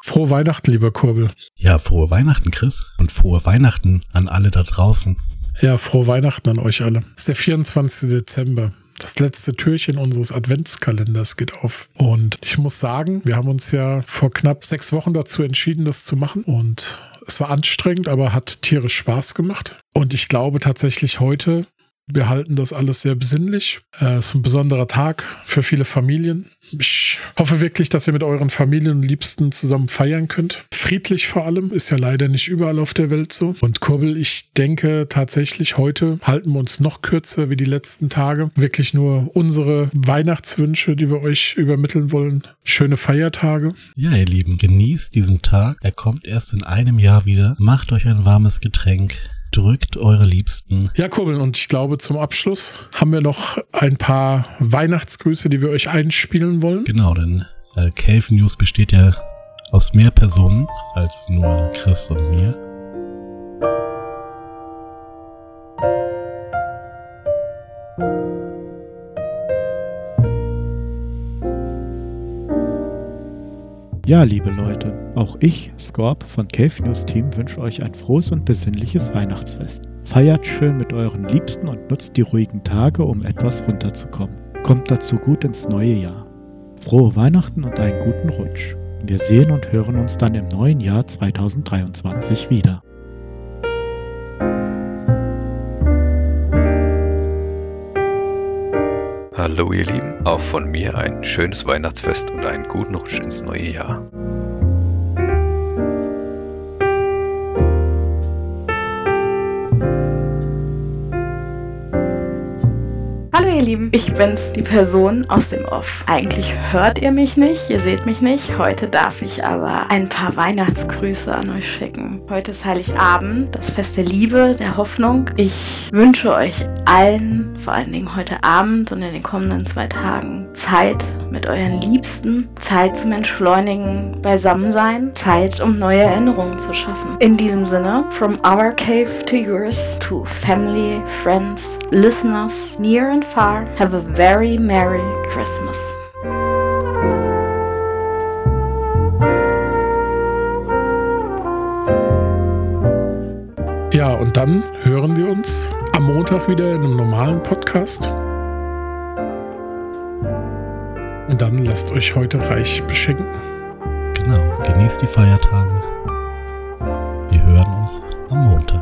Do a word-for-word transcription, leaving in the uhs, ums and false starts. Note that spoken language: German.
Frohe Weihnachten, lieber Kurbel. Ja, frohe Weihnachten, Chris. Und frohe Weihnachten an alle da draußen. Ja, frohe Weihnachten an euch alle. Es ist der vierundzwanzigste Dezember. Das letzte Türchen unseres Adventskalenders geht auf. Und ich muss sagen, wir haben uns ja vor knapp sechs Wochen dazu entschieden, das zu machen. Und es war anstrengend, aber hat tierisch Spaß gemacht. Und ich glaube tatsächlich heute, wir halten das alles sehr besinnlich. Es ist ein besonderer Tag für viele Familien. Ich hoffe wirklich, dass ihr mit euren Familien und Liebsten zusammen feiern könnt. Friedlich vor allem, ist ja leider nicht überall auf der Welt so. Und Kurbel, ich denke tatsächlich, heute halten wir uns noch kürzer wie die letzten Tage. Wirklich nur unsere Weihnachtswünsche, die wir euch übermitteln wollen. Schöne Feiertage. Ja, ihr Lieben, genießt diesen Tag. Er kommt erst in einem Jahr wieder. Macht euch ein warmes Getränk. Drückt eure Liebsten. Ja, Kurbel, und ich glaube, zum Abschluss haben wir noch ein paar Weihnachtsgrüße, die wir euch einspielen wollen. Genau, denn äh, Cave News besteht ja aus mehr Personen als nur Chris und mir. Ja, liebe Leute, auch ich, Scorp von Cave News Team, wünsche euch ein frohes und besinnliches Weihnachtsfest. Feiert schön mit euren Liebsten und nutzt die ruhigen Tage, um etwas runterzukommen. Kommt dazu gut ins neue Jahr. Frohe Weihnachten und einen guten Rutsch. Wir sehen und hören uns dann im neuen Jahr zweitausenddreiundzwanzig wieder. Hallo ihr Lieben, auch von mir ein schönes Weihnachtsfest und einen guten Rutsch ins neue Jahr. Hallo ihr Lieben, ich bin's, die Person aus dem Off. Eigentlich hört ihr mich nicht, ihr seht mich nicht. Heute darf ich aber ein paar Weihnachtsgrüße an euch schicken. Heute ist Heiligabend, das Fest der Liebe, der Hoffnung. Ich wünsche euch allen, vor allen Dingen heute Abend und in den kommenden zwei Tagen, Zeit mit euren Liebsten, Zeit zum Entschleunigen, Beisammensein, Zeit, um neue Erinnerungen zu schaffen. In diesem Sinne, from our cave to yours, to family, friends, listeners, near and far, have a very Merry Christmas. Ja, und dann hören wir uns am Montag wieder in einem normalen Podcast. Und dann lasst euch heute reich beschenken. Genau, genießt die Feiertage. Wir hören uns am Montag.